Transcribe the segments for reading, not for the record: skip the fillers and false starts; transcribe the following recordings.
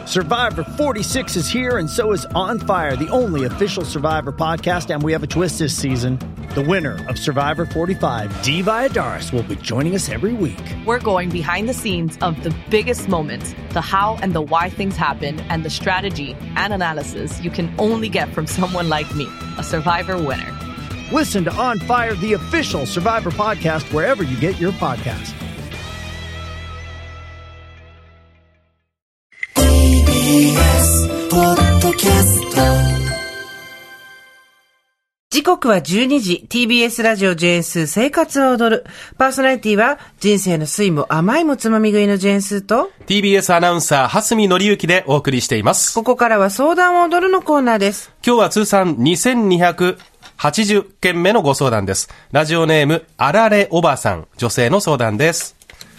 Survivor 46 is here, and so is On Fire, the only official Survivor podcast, and we have a twist this season. The winner of Survivor 45, Dee Valladares, will be joining us every week. We're going behind the scenes of the biggest moments, the how and the why things happen, and the strategy and analysis you can only get from someone like me, a Survivor winner. Listen to On Fire, the official Survivor podcast, wherever you get your podcast. 時刻は12時、TBS ラジオジェーンスー生活を踊る。パーソナリティは人生の酸いも甘いもつまみ食いのジェーンスーと TBS アナウンサー蓮見紀之でお送りしています。 ここからは相談を踊るのコーナーです。 今日は通算2280件目のご相談です。ラジオネームあられおばさん、女性の相談です。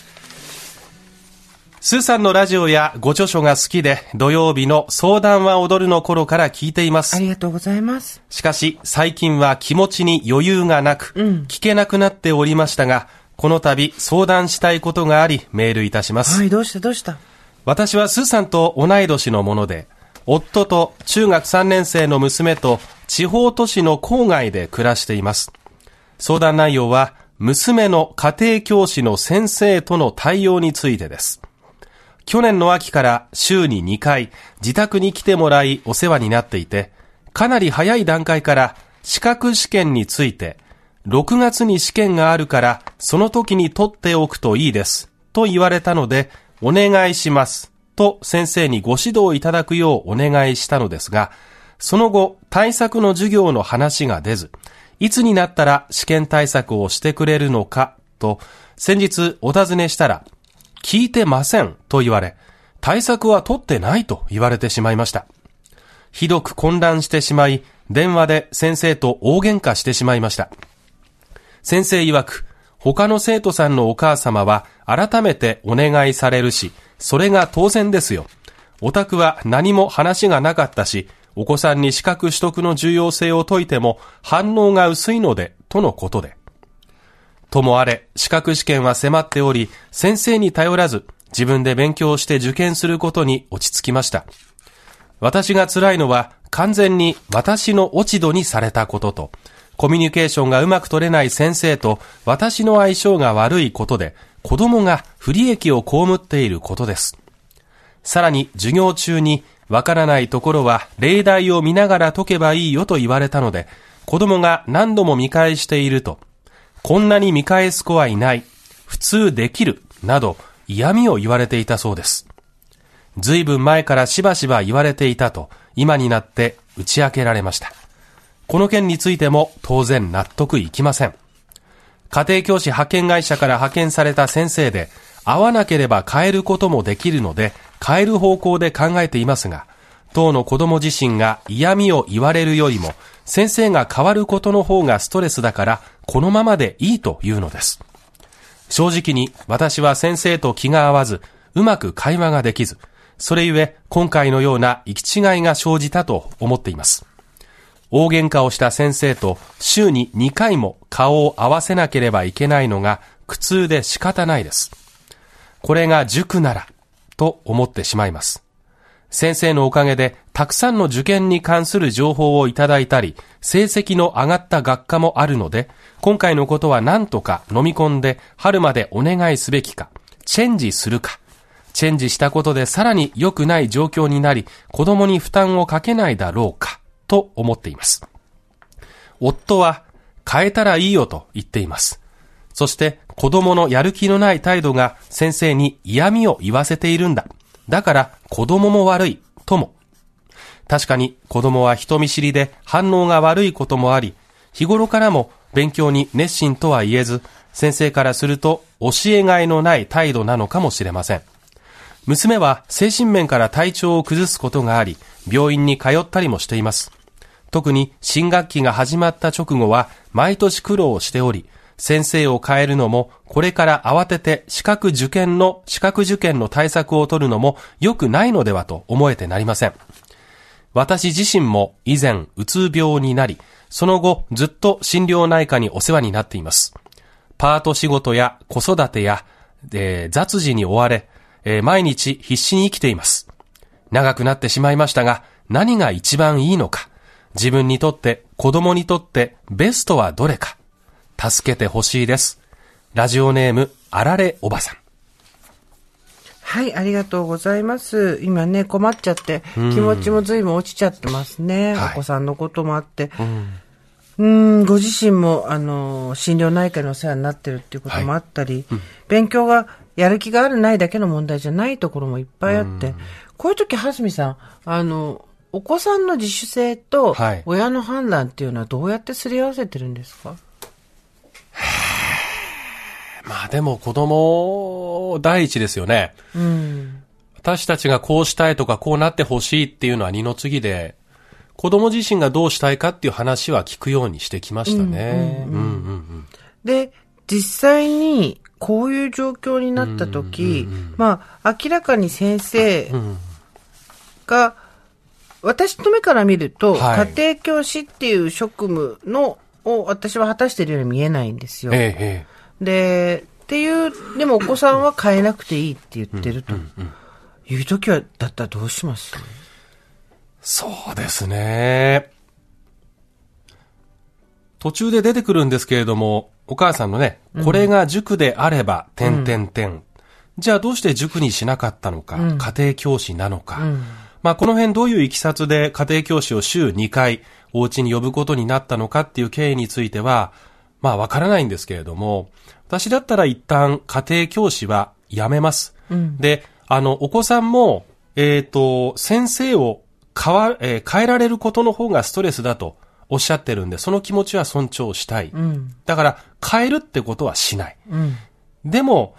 スーさんのラジオやご著書が好きで、土曜日の相談は踊るの頃から聞いています。 ありがとうございます。 しかし最近は気持ちに余裕がなく、聞けなくなっておりましたが、この度相談したいことがありメールいたします。 はい、どうした。 私はスーさんと同い年のもので、夫と中学3年生の娘と地方都市の郊外で暮らしています。相談内容は娘の家庭教師の先生との対応についてです。去年の秋から週に2回自宅に来てもらいお世話になっていて、かなり早い段階から資格試験について、6月に試験があるからその時に取っておくといいですと言われたので、お願いしますと先生にご指導いただくようお願いしたのですが、その後対策の授業の話が出ず、いつになったら試験対策をしてくれるのかと先日お尋ねしたら、聞いてませんと言われ、対策は取ってないと言われてしまいました。ひどく混乱してしまい、電話で先生と大喧嘩してしまいました。先生曰く、他の生徒さんのお母様は改めてお願いされるし、それが当然ですよ。お宅は何も話がなかったし、お子さんに資格取得の重要性を説いても反応が薄いので、とのことで。ともあれ、資格試験は迫っており、先生に頼らず、自分で勉強して受験することに落ち着きました。私が辛いのは、完全に私の落ち度にされたことと、コミュニケーションがうまく取れない先生と私の相性が悪いことで、子供が不利益を被っていることです。さらに、授業中に、わからないところは例題を見ながら解けばいいよと言われたので、子供が何度も見返していると、こんなに見返す子はいない、普通できる、など嫌味を言われていたそうです。ずいぶん前からしばしば言われていたと、今になって打ち明けられました。この件についても当然納得いきません。家庭教師派遣会社から派遣された先生で、会わなければ変えることもできるので、変える方向で考えていますが、当の子供自身が嫌味を言われるよりも、先生が変わることの方がストレスだから、このままでいいというのです。正直に私は先生と気が合わず、うまく会話ができず、それゆえ今回のような行き違いが生じたと思っています。大喧嘩をした先生と週に2回も顔を合わせなければいけないのが苦痛で仕方ないです。これが塾なら、と思ってしまいます。先生のおかげでたくさんの受験に関する情報をいただいたり、成績の上がった学科もあるので、今回のことは何とか飲み込んで春までお願いすべきか、チェンジするか、チェンジしたことでさらに良くない状況になり、子供に負担をかけないだろうか、と思っています。夫は変えたらいいよと言っています。そして子供のやる気のない態度が先生に嫌味を言わせているんだ。だから子供も悪いとも。確かに子供は人見知りで反応が悪いこともあり、日頃からも勉強に熱心とは言えず、先生からすると教えがいのない態度なのかもしれません。娘は精神面から体調を崩すことがあり、病院に通ったりもしています。特に新学期が始まった直後は毎年苦労しており、先生を変えるのも、これから慌てて資格受験の対策を取るのも良くないのではと思えてなりません。私自身も以前うつ病になり、その後ずっと心療内科にお世話になっています。パート仕事や子育てや、雑事に追われ、毎日必死に生きています。 長くなってしまいましたが、何が一番いいのか、自分にとって、子供にとってベストはどれか、助けてほしいです。ラジオネーム、あられおばさん。 はい、ありがとうございます。今ね、困っちゃって、気持ちも随分落ちちゃってますね。お子さんのこともあって。ご自身も、心療内科にお世話になってるっていうこともあったり、勉強がやる気があるないだけの問題じゃないところもいっぱいあって、こういう時、はすみさん、お子さんの自主性と親の判断っていうのはどうやってすり合わせてるんですか？ まあでも子供第一ですよね。私たちがこうしたいとかこうなってほしいっていうのは二の次で、子供自身がどうしたいかっていう話は聞くようにしてきましたね。 で、実際にこういう状況になった時、まあ明らかに先生が、私の目から見ると、家庭教師っていう職務を私は果たしているように見えないんですよ。で、でもお子さんは変えなくていいって言ってるという時は、だったらどうします？ そうですね。途中で出てくるんですけれども、お母さんのね、これが塾であれば、じゃあどうして塾にしなかったのか、家庭教師なのか。まあこの辺どういういきさつで家庭教師を週2回お家に呼ぶことになったのかっていう経緯については、まあわからないんですけれども、私だったら一旦家庭教師はやめます。で、お子さんも、先生を変えられることの方がストレスだとおっしゃってるんで、その気持ちは尊重したい。だから変えるってことはしない。でも、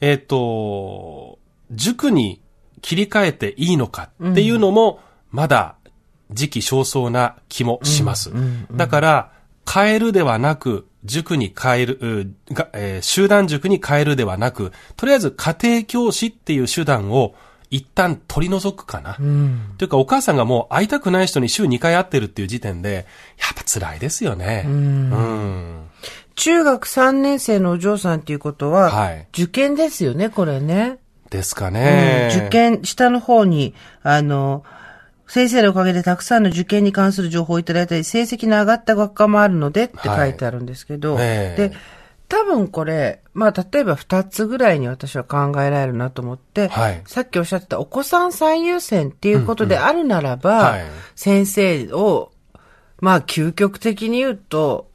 塾に切り替えていいのかっていうのも、まだ時期尚早な気もします。だから、変えるではなく、塾に変える、集団塾に変えるではなく、とりあえず家庭教師っていう手段を一旦取り除くかな。というかお母さんがもう会いたくない人に週2回会ってるっていう時点で、やっぱ辛いですよね。 中学3年生のお嬢さんっていうことは、受験ですよね、これね。 ですかね。 受験、下の方に、先生のおかげでたくさんの受験に関する情報をいただいたり、成績の上がった学科もあるのでって書いてあるんですけど、で、多分これ、まあ例えば2つぐらいに私は考えられるなと思って、さっきおっしゃってたお子さん最優先っていうことであるならば、先生を、まあ究極的に言うと、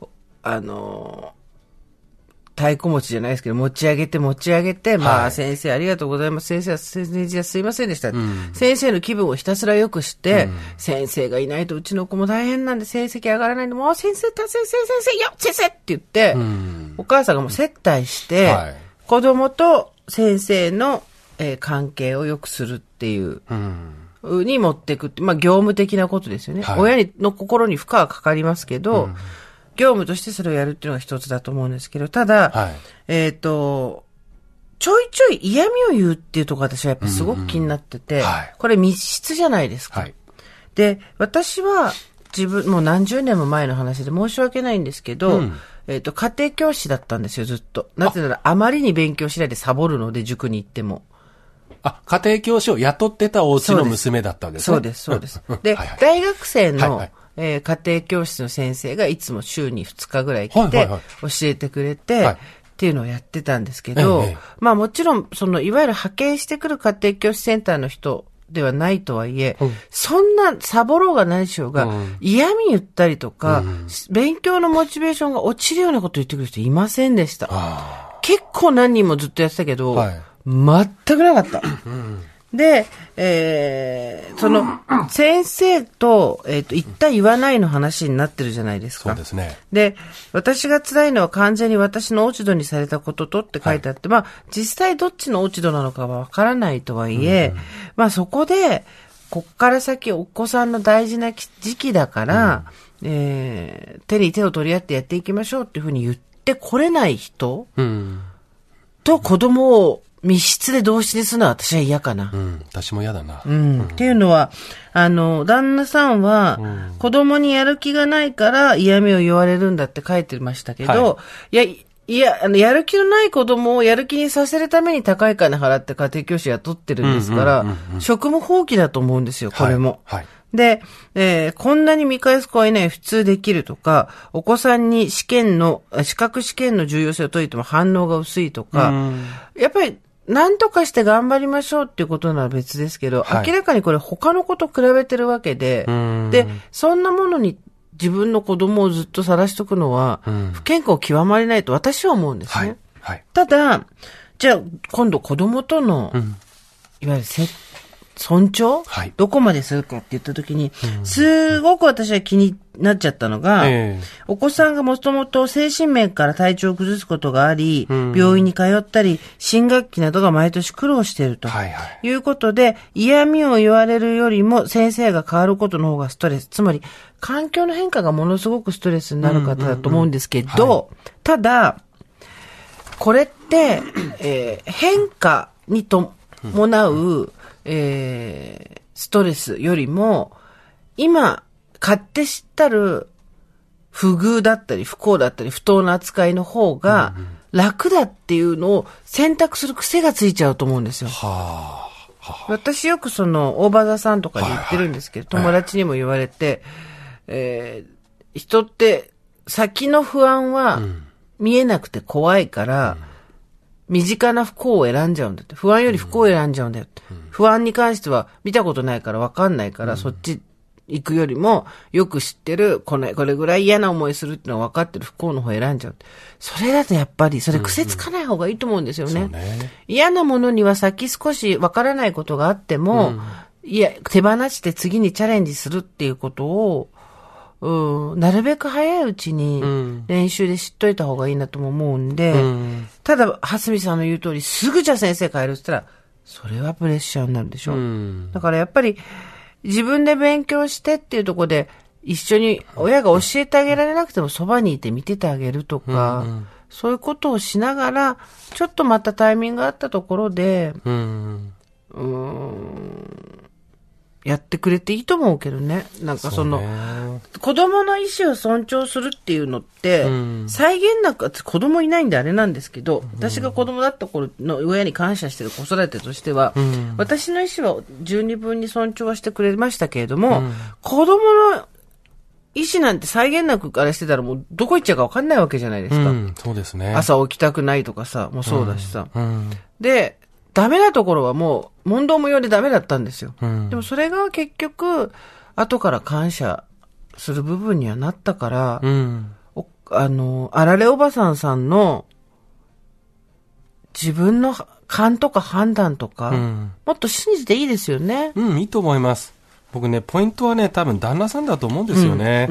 太鼓持ちじゃないですけど、持ち上げて、まあ、先生ありがとうございます。先生じゃすいませんでした。先生の気分をひたすら良くして、先生がいないとうちの子も大変なんで成績上がらないんで、もう先生って言って、お母さんがもう接待して、子供と先生の、関係を良くするっていう、に持っていくって、まあ、業務的なことですよね。親の心に負荷はかかりますけど、業務としてそれをやるっていうのが一つだと思うんですけど、ただ、ちょいちょい嫌味を言うっていうところが私はやっぱすごく気になってて、これ密室じゃないですか。で、私はもう何十年も前の話で申し訳ないんですけど、家庭教師だったんですよ、ずっと。なぜならあまりに勉強しないでサボるので、塾に行っても。 家庭教師を雇ってたお家の娘だったんですね。 そうです。で、大学生の、家庭教室の先生がいつも週に2日ぐらい来て、教えてくれて、っていうのをやってたんですけど、まあもちろん、いわゆる派遣してくる家庭教師センターの人ではないとはいえ、そんなサボろうが何しようが、嫌味言ったりとか、勉強のモチベーションが落ちるようなこと言ってくる人いませんでした。結構何人もずっとやってたけど、全くなかった。で、先生と、言った言わないの話になってるじゃないですか。 そうですね。 で、私が辛いのは完全に私の落ち度にされたこととって書いてあって、まあ、実際どっちの落ち度なのかはわからないとはいえ、まあそこで、こっから先お子さんの大事な時期だから、手に手を取り合ってやっていきましょうっていうふうに言ってこれない人、と子供を密室で同室にするのは私は嫌かな。 私も嫌だな。 っていうのは、旦那さんは、子供にやる気がないから嫌味を言われるんだって書いてましたけど、いや、 いや、やる気のない子供をやる気にさせるために高い金払って家庭教師雇ってるんですから、職務放棄だと思うんですよ、これも。 はい。 で、こんなに見返す子はいない、普通できるとか、お子さんに資格試験の重要性を説いても反応が薄いとか、やっぱり、何とかして頑張りましょうっていうことなら別ですけど、はい、明らかにこれ他の子と比べてるわけで、で、そんなものに自分の子供をずっと晒しとくのは、不健康極まりないと私は思うんですね。はいはい、ただ、じゃあ今度子供との、いわゆる尊重、はい、どこまでするかって言ったときに、すごく私は気になっちゃったのが、お子さんがもともと精神面から体調を崩すことがあり、病院に通ったり、新学期などが毎年苦労しているということで、嫌味を言われるよりも先生が変わることの方がストレス。つまり、環境の変化がものすごくストレスになる方だと思うんですけど、ただ、これって、変化に伴う、ストレスよりも、今、勝手知ったる不遇だったり不幸だったり不当な扱いの方が楽だっていうのを選択する癖がついちゃうと思うんですよ。私よく大場座さんとかで言ってるんですけど、友達にも言われて、人って先の不安は見えなくて怖いから、身近な不幸を選んじゃうんだって。不安より不幸を選んじゃうんだよって。不安に関しては見たことないから分かんないから、そっち行くよりもよく知ってる、これぐらい嫌な思いするってのは分かってる不幸の方を選んじゃう。それだとやっぱり、それ癖つかない方がいいと思うんですよね。嫌なものには先少し分からないことがあっても、手放して次にチャレンジするっていうことを、なるべく早いうちに練習で知っといた方がいいなとも思うんで、ただ、蓮見さんの言う通り、すぐじゃあ先生変えるって言ったら、それはプレッシャーになるでしょ。だからやっぱり、自分で勉強してっていうところで、一緒に親が教えてあげられなくてもそばにいて見ててあげるとか、そういうことをしながら、ちょっとまたタイミングがあったところで、やってくれていいと思うけどね。なんか子供の意思を尊重するっていうのって、際限なく、子供いないんであれなんですけど、私が子供だった頃の親に感謝してる子育てとしては、私の意思は十二分に尊重はしてくれましたけれども、子供の意思なんて際限なくあれしてたらもうどこ行っちゃうか分かんないわけじゃないですか。 そうですね。 朝起きたくないとかさ、もうそうだしさ。で、ダメなところはもう問答無用でダメだったんですよ。でもそれが結局後から感謝する部分にはなったから、あられおばさんさんの自分の勘とか判断とか、もっと信じていいですよね。 いいと思います。僕ね、ポイントはね、多分旦那さんだと思うんですよね。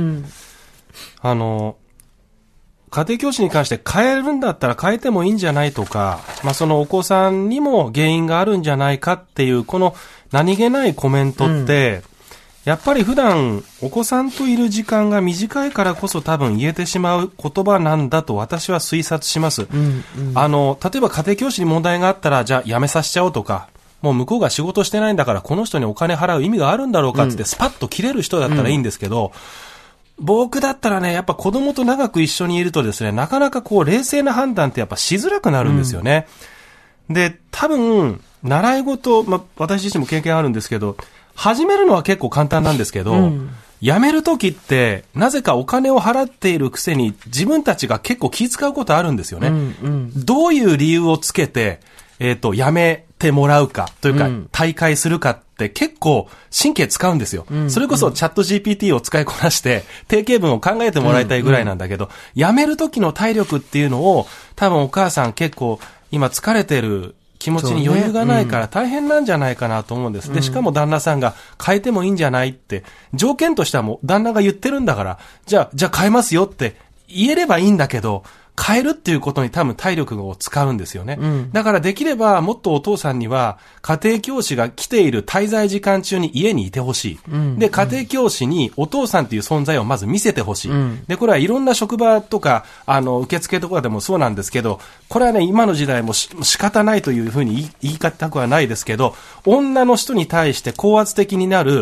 家庭教師に関して変えるんだったら変えてもいいんじゃないとか、そのお子さんにも原因があるんじゃないかっていう、この何気ないコメントって、やっぱり普段お子さんといる時間が短いからこそ多分言えてしまう言葉なんだと私は推察します。例えば家庭教師に問題があったら、じゃあ辞めさせちゃおうとか、もう向こうが仕事してないんだからこの人にお金払う意味があるんだろうかってスパッと切れる人だったらいいんですけど、僕だったらね、やっぱ子供と長く一緒にいるとですね、なかなか冷静な判断ってやっぱしづらくなるんですよね。で、多分、習い事、私自身も経験あるんですけど、始めるのは結構簡単なんですけど、辞めるときって、なぜかお金を払っているくせに自分たちが結構気遣うことあるんですよね。どういう理由をつけて、辞めてもらうかというか、退会するかって結構神経使うんですよ。それこそチャット GPT を使いこなして定型文を考えてもらいたいぐらいなんだけど、辞める時の体力っていうのを多分お母さん結構今疲れてる気持ちに余裕がないから大変なんじゃないかなと思うんです。で、しかも旦那さんが変えてもいいんじゃないって条件としてはもう旦那が言ってるんだから、じゃあ変えますよって言えればいいんだけど、変えるっていうことに多分体力を使うんですよね。だからできればもっとお父さんには家庭教師が来ている滞在時間中に家にいてほしい。で、家庭教師にお父さんっていう存在をまず見せてほしい。で、これはいろんな職場とか、受付とかでもそうなんですけど、これはね、今の時代も仕方ないというふうに言い方くはないですけど、女の人に対して高圧的になる、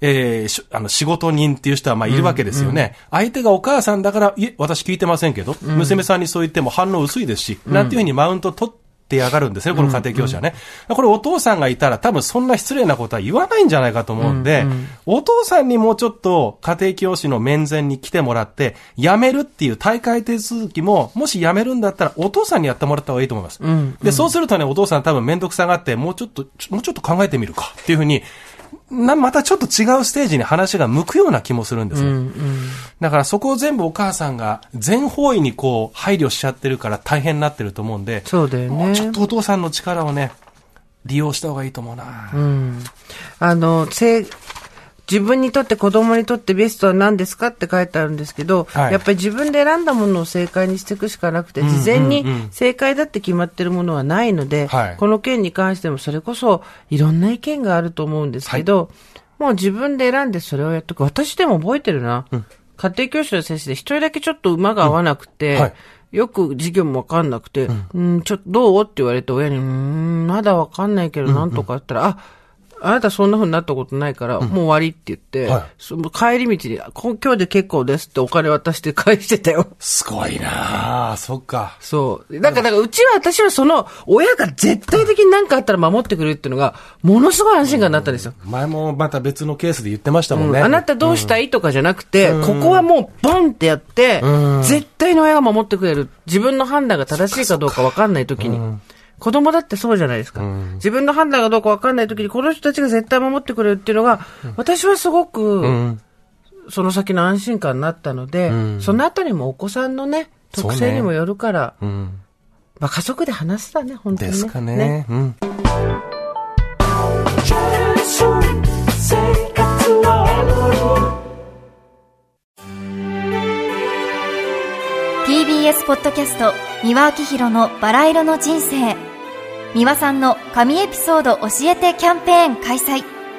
仕事人っていう人はまあいるわけですよね。相手がお母さんだから、いえ、私聞いてませんけど、娘さんにそう言っても反応薄いですし、なんていうふうにマウント取ってやがるんですね、この家庭教師はね。これお父さんがいたら多分そんな失礼なことは言わないんじゃないかと思うんで、お父さんにもうちょっと家庭教師の面前に来てもらって、辞めるっていう大会手続きも、もし辞めるんだったらお父さんにやってもらった方がいいと思います。で、そうするとね、お父さん多分めんどくさがって、もうちょっと考えてみるかっていうふうに、またちょっと違うステージに話が向くような気もするんですね。だからそこを全部お母さんが全方位にこう配慮しちゃってるから大変になってると思うんで、 そうだよね。 もうちょっとお父さんの力をね、利用した方がいいと思うな。 自分にとって子供にとってベストは何ですかって書いてあるんですけど、やっぱり自分で選んだものを正解にしていくしかなくて、事前に正解だって決まってるものはないので、この件に関してもそれこそいろんな意見があると思うんですけど、もう自分で選んでそれをやっとく。私でも覚えてるな。家庭教師の先生で一人だけちょっと馬が合わなくて、よく授業もわかんなくて、ちょっとどうって言われて親に、まだわかんないけどなんとかあったら、あなたそんな風になったことないから、もう終わりって言って、帰り道に、今日で結構ですってお金渡して返してたよ。 すごいなあ、そっか。 そう。だから私はその、親が絶対的に何かあったら守ってくれるっていうのが、ものすごい安心感になったんですよ。 前もまた別のケースで言ってましたもんね。 あなたどうしたいとかじゃなくて、ここはもうボンってやって、絶対に親が守ってくれる。自分の判断が正しいかどうか分かんないときに。子供だってそうじゃないですか。自分の判断がどうか分かんないときに、この人たちが絶対守ってくれるっていうのが、私はすごく、その先の安心感になったので、そのあたりもお子さんのね、特性にもよるから、まあ家族で話すだね、本当にね。 ですかね。 TBS ポッドキャスト三輪明宏のバラ色の人生、三輪さんの神エピソード教えてキャンペーン開催。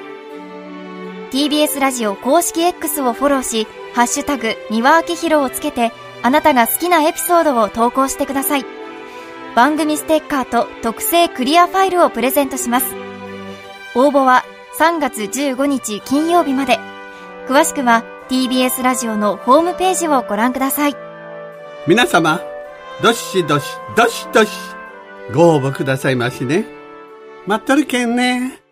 TBS ラジオ公式 X をフォローし、ハッシュタグ三輪明宏をつけて、あなたが好きなエピソードを投稿してください。番組ステッカーと特製クリアファイルをプレゼントします。応募は3月15日金曜日まで。詳しくは TBS ラジオのホームページをご覧ください。 皆様、どしどしどしどしご応募くださいましね。待っとるけんね。